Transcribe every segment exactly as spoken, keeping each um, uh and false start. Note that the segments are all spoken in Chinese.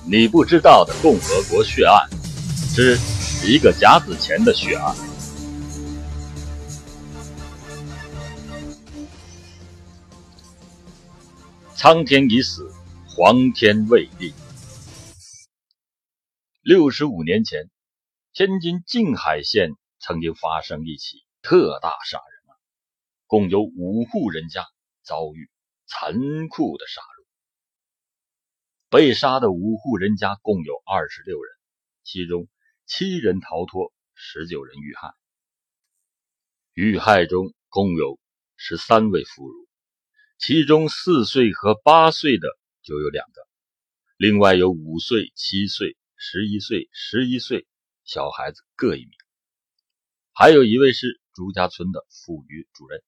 你不知道的共和国血案之一个甲子前的血案。苍天已死，黄天未立。六十五年前，天津静海县曾经发生一起特大杀人案，共有五户人家遭遇残酷的杀戮。被杀的五户人家共有二十六人，其中七人逃脱，十九人遇害。遇害中共有十三位妇孺，其中四岁和八岁的就有两个，另外有五岁、七岁、十一岁、十一岁小孩子各一名。还有一位是朱家村的妇女主任。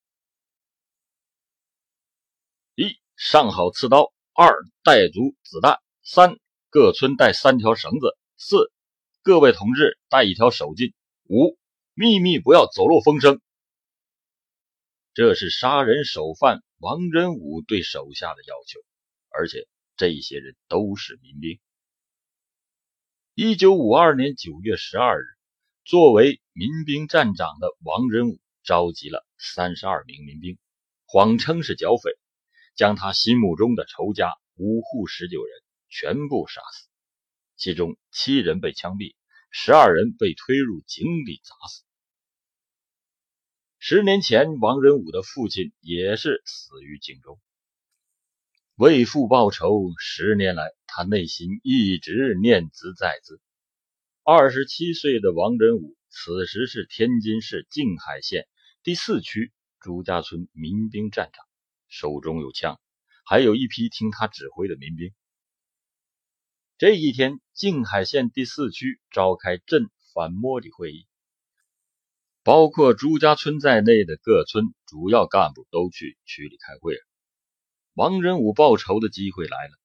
一、上好刺刀；二、带足子弹；三、各村带三条绳子；四、各位同志带一条手巾；五、秘密不要走漏风声。这是杀人首犯王仁武对手下的要求，而且这些人都是民兵。一九五二年九月十二日，作为民兵站长的王仁武召集了三十二名民兵，谎称是剿匪，将他心目中的仇家五户十九人全部杀死，其中七人被枪毙，十二人被推入井里砸死。十年前，王仁武的父亲也是死于井中。为父报仇，十年来他内心一直念兹在兹。二十七岁的王仁武此时是天津市静海县第四区朱家村民兵站长，手中有枪，还有一批听他指挥的民兵。这一天，静海县第四区召开镇反摸底会议，包括朱家村在内的各村主要干部都去区里开会了。王仁武报仇的机会来了。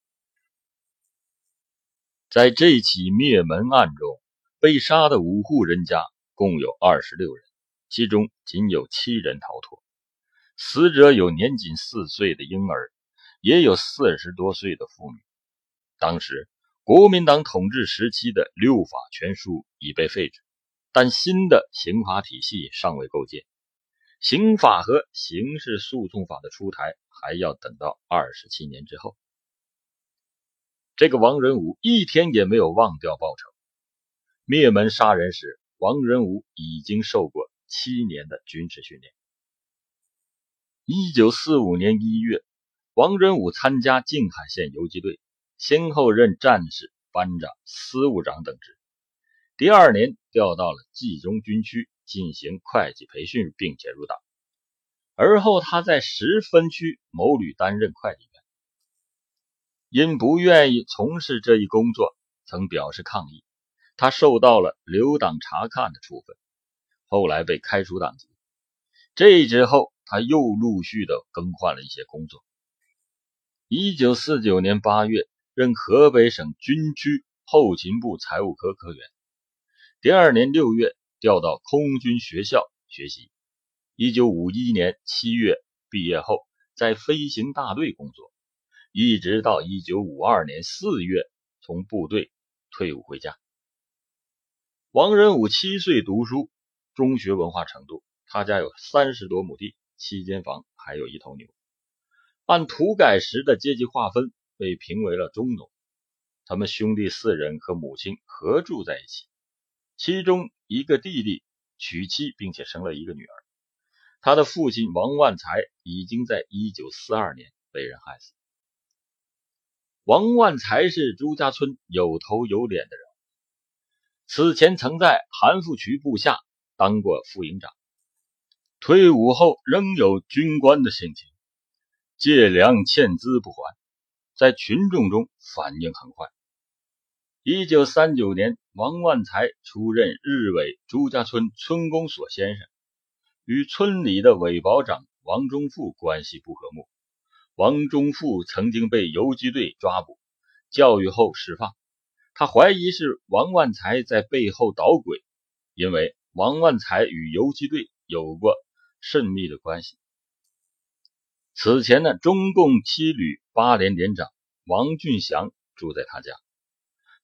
在这起灭门案中，被杀的五户人家共有二十六人，其中仅有七人逃脱。死者有年仅四岁的婴儿，也有四十多岁的妇女。当时国民党统治时期的六法全书已被废止，但新的刑法体系尚未构建，刑法和刑事诉讼法的出台还要等到二十七年之后。这个王仁武一天也没有忘掉报仇。灭门杀人时，王仁武已经受过七年的军事训练。一九四五年一月，王仁武参加静海县游击队，先后任战士、班长、司务长等职。第二年调到了冀中军区进行会计培训，并且入党。而后他在十分区某旅担任会计员，因不愿意从事这一工作，曾表示抗议。他受到了留党察看的处分，后来被开除党籍。这之后他又陆续的更换了一些工作。一九四九年八月，任河北省军区后勤部财务科科员。第二年六月调到空军学校学习。一九五一年七月毕业后，在飞行大队工作，一直到一九五二年四月从部队退伍回家。王仁武七岁读书，中学文化程度，他家有三十多亩地，七间房，还有一头牛。按土改时的阶级划分，被评为了中农。他们兄弟四人和母亲合住在一起，其中一个弟弟娶妻并且生了一个女儿。他的父亲王万才已经在一九四二年被人害死。王万才是朱家村有头有脸的人，此前曾在韩复渠部下当过副营长，退伍后仍有军官的性情，借粮欠资不还，在群众中反应很快。一九三九年，王万才出任日伪朱家村村公所先生，与村里的伪保长王忠富关系不和睦。王忠富曾经被游击队抓捕，教育后释放。他怀疑是王万才在背后捣鬼，因为王万才与游击队有过甚密的关系。此前呢，中共七旅八连连长王俊祥住在他家。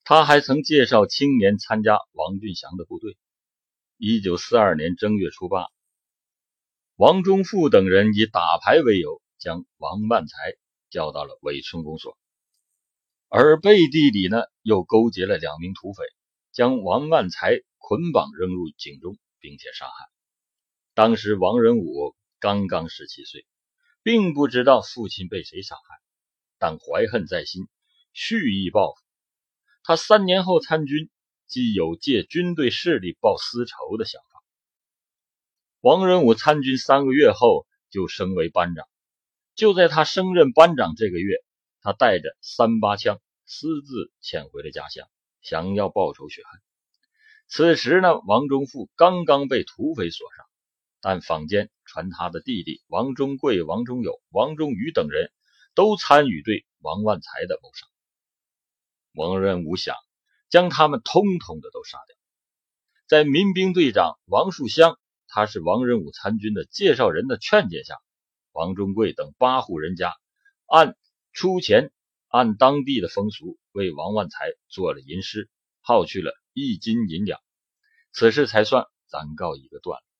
他还曾介绍青年参加王俊祥的部队。一九四二年正月初八，王忠富等人以打牌为由，将王万才叫到了韦村公所，而背地里呢，又勾结了两名土匪，将王万才捆绑扔入井中，并且杀害。当时王仁武刚刚十七岁，并不知道父亲被谁杀害，但怀恨在心，蓄意报复。他三年后参军，既有借军队势力报私仇的想法。王仁武参军三个月后就升为班长，就在他升任班长这个月，他带着三八枪私自潜回了家乡，想要报仇雪恨。此时呢，王忠富刚刚被土匪所杀，但坊间传他的弟弟王忠贵、王忠友、王忠宇等人都参与对王万才的谋杀。王仁武想将他们通通的都杀掉。在民兵队长王树湘，他是王仁武参军的介绍人的劝解下，王忠贵等八户人家按出钱按当地的风俗为王万才做了吟诗，耗去了一斤银两，此事才算暂告一个段落。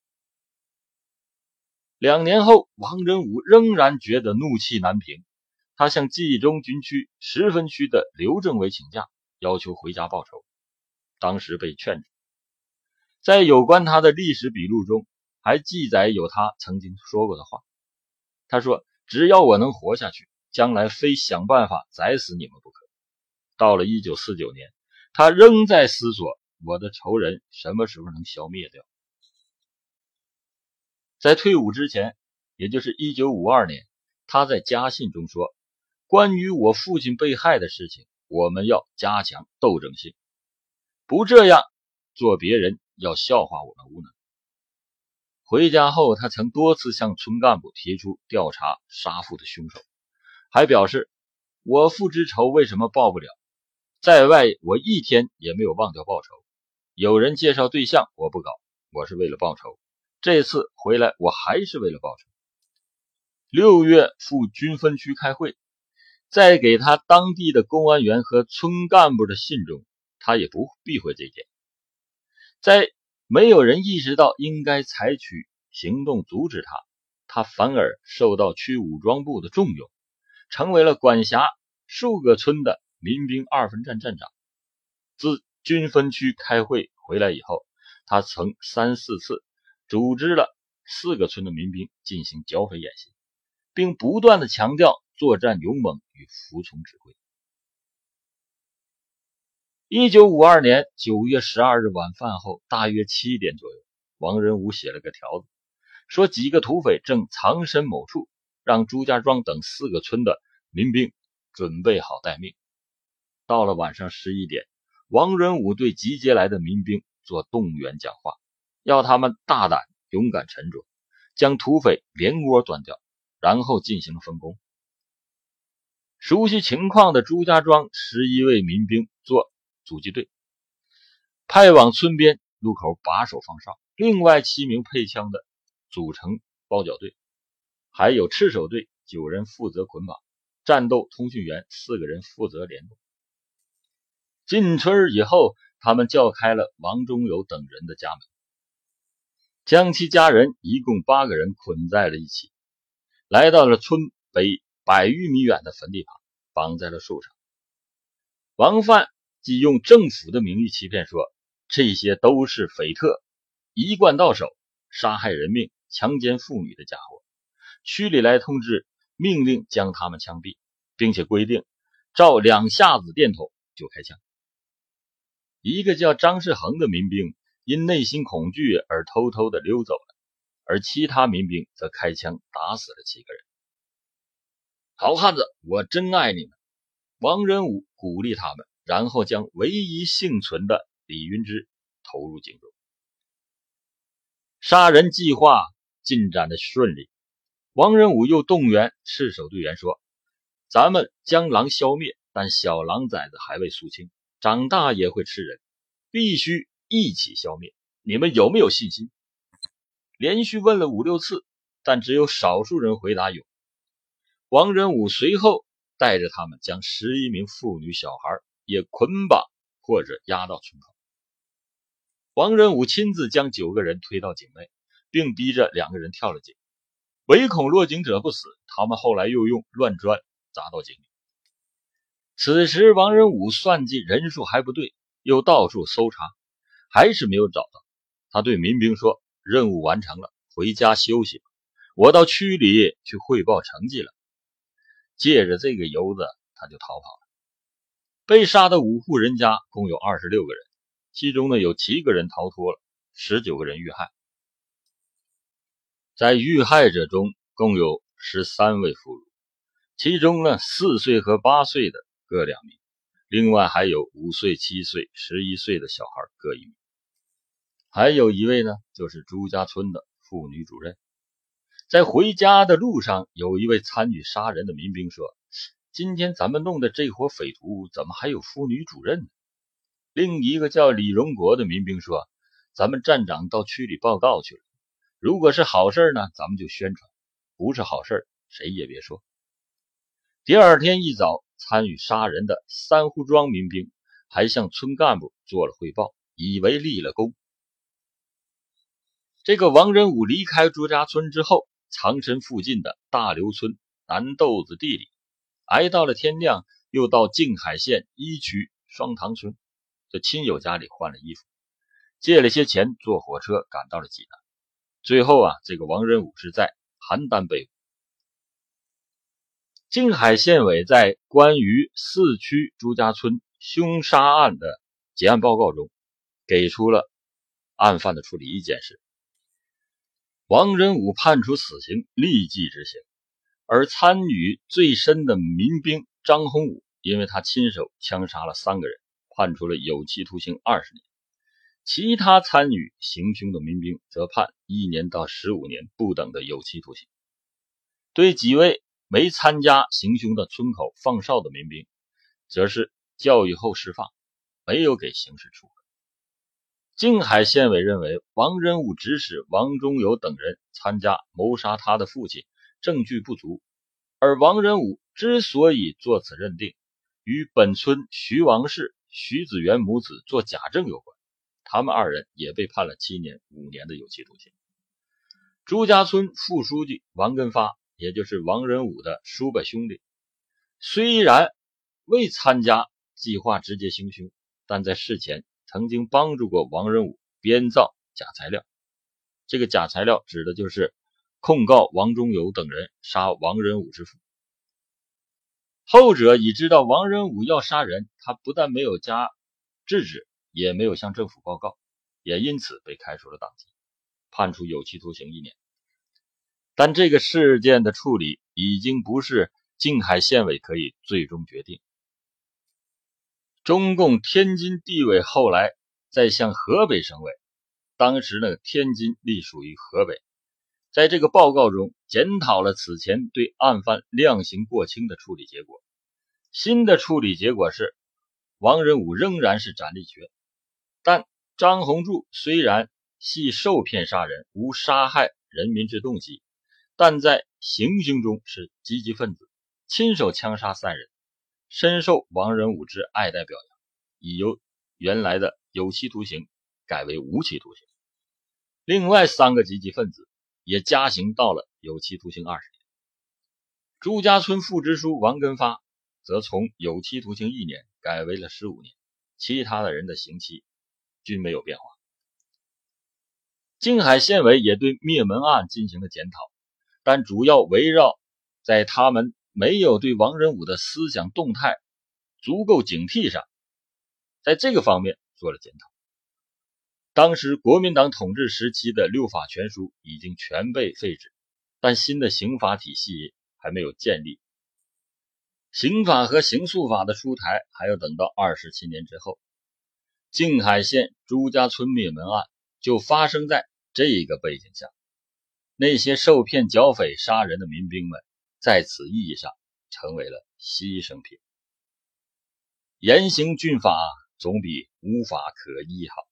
两年后，王仁武仍然觉得怒气难平，他向冀中军区十分区的刘政委请假，要求回家报仇，当时被劝止。在有关他的历史笔录中，还记载有他曾经说过的话。他说：“只要我能活下去，将来非想办法宰死你们不可。”到了一九四九年，他仍在思索我的仇人什么时候能消灭掉。在退伍之前，也就是一九五二年，他在家信中说：“关于我父亲被害的事情，我们要加强斗争性，不这样做别人要笑话我们无能。”回家后，他曾多次向村干部提出调查杀父的凶手，还表示：“我父之仇为什么报不了？在外我一天也没有忘掉报仇。有人介绍对象，我不搞，我是为了报仇。这次回来，我还是为了报仇。”六月赴军分区开会，在给他当地的公安员和村干部的信中，他也不避讳这点。在没有人意识到应该采取行动阻止他，他反而受到区武装部的重用，成为了管辖数个村的民兵二分站站长。自军分区开会回来以后，他曾三四次组织了四个村的民兵进行剿匪演习，并不断的强调作战勇猛与服从指挥。一九五二年九月十二日晚饭后，大约七点左右，王仁武写了个条子，说几个土匪正藏身某处，让朱家庄等四个村的民兵准备好待命。到了晚上十一点，王仁武对集结来的民兵做动员讲话，要他们大胆勇敢沉着，将土匪连窝端掉，然后进行了分工。熟悉情况的朱家庄十一位民兵做阻击队，派往村边路口把守放哨，另外七名配枪的组成包饺队，还有赤手队九人负责捆绑，战斗通讯员四个人负责联络。进村以后，他们叫开了王忠友等人的家门，将其家人一共八个人捆在了一起，来到了村北百余米远的坟地旁，绑在了树上。王范即用政府的名义欺骗说，这些都是匪特，一贯到手，杀害人命、强奸妇女的家伙。区里来通知，命令将他们枪毙，并且规定照两下子电筒就开枪。一个叫张世恒的民兵因内心恐惧而偷偷的溜走了，而其他民兵则开枪打死了七个人。好汉子，我真爱你们！王仁武鼓励他们，然后将唯一幸存的李云芝投入井中。杀人计划进展的顺利，王仁武又动员赤手队员说：“咱们将狼消灭，但小狼崽子还未肃清，长大也会吃人，必须一起消灭，你们有没有信心？”连续问了五六次，但只有少数人回答有。王仁武随后带着他们将十一名妇女小孩也捆绑或者押到村口。王仁武亲自将九个人推到井内，并逼着两个人跳了井，唯恐落井者不死，他们后来又用乱砖砸到井里。此时王仁武算计人数还不对，又到处搜查，还是没有找到。他对民兵说，任务完成了，回家休息吧，我到区里去汇报成绩了。借着这个由子，他就逃跑了。被杀的五户人家共有二十六个人，其中呢有七个人逃脱了，十九个人遇害。在遇害者中共有十三位俘虏，其中呢四岁和八岁的各两名，另外还有五岁、七岁、十一岁的小孩各一名。还有一位呢就是朱家村的妇女主任。在回家的路上，有一位参与杀人的民兵说，今天咱们弄的这伙匪徒怎么还有妇女主任呢？另一个叫李荣国的民兵说，咱们站长到区里报告去了，如果是好事呢，咱们就宣传，不是好事谁也别说。第二天一早，参与杀人的三户庄民兵还向村干部做了汇报，以为立了功。这个王仁武离开朱家村之后，藏身附近的大刘村南豆子地里，挨到了天亮，又到静海县一区双塘村的亲友家里换了衣服，借了些钱，坐火车赶到了济南。最后啊，这个王仁武是在邯郸被捕。静海县委在关于四区朱家村凶杀案的结案报告中，给出了案犯的处理意见是，王仁武判处死刑，立即执行，而参与最深的民兵张洪武，因为他亲手枪杀了三个人，判处了有期徒刑二十年。其他参与行凶的民兵则判一年到十五年不等的有期徒刑。对几位没参加行凶的村口放哨的民兵，则是教育后释放，没有给刑事处分。静海县委认为，王仁武指使王中友等人参加谋杀他的父亲，证据不足，而王仁武之所以作此认定，与本村徐王氏、徐子元母子做假证有关，他们二人也被判了七年、五年的有期徒刑。朱家村副书记王根发，也就是王仁武的叔伯兄弟，虽然未参加计划直接行凶，但在事前曾经帮助过王仁武编造假材料。这个假材料指的就是控告王中友等人杀王仁武之父。后者已知道王仁武要杀人，他不但没有加制止，也没有向政府报告，也因此被开除了党籍，判处有期徒刑一年。但这个事件的处理已经不是静海县委可以最终决定。中共天津地委后来再向河北省委，当时呢天津隶属于河北，在这个报告中检讨了此前对案犯量刑过轻的处理结果。新的处理结果是，王仁武仍然是斩立决，但张洪柱虽然系受骗杀人，无杀害人民之动机，但在行凶中是积极分子，亲手枪杀三人，深受王仁武之爱戴表扬，已由原来的有期徒刑改为无期徒刑。另外三个积极分子也加刑到了有期徒刑二十年。朱家村副支书王根发则从有期徒刑一年改为了十五年，其他的人的刑期均没有变化。静海县委也对灭门案进行了检讨，但主要围绕在他们没有对王仁武的思想动态足够警惕上，在这个方面做了检讨。当时国民党统治时期的六法全书已经全被废止，但新的刑法体系还没有建立。刑法和刑诉法的出台还要等到二十七年之后。静海县朱家村灭门案就发生在这个背景下，那些受骗剿匪杀人的民兵们在此意义上成为了牺牲品。严刑峻法总比无法可依好。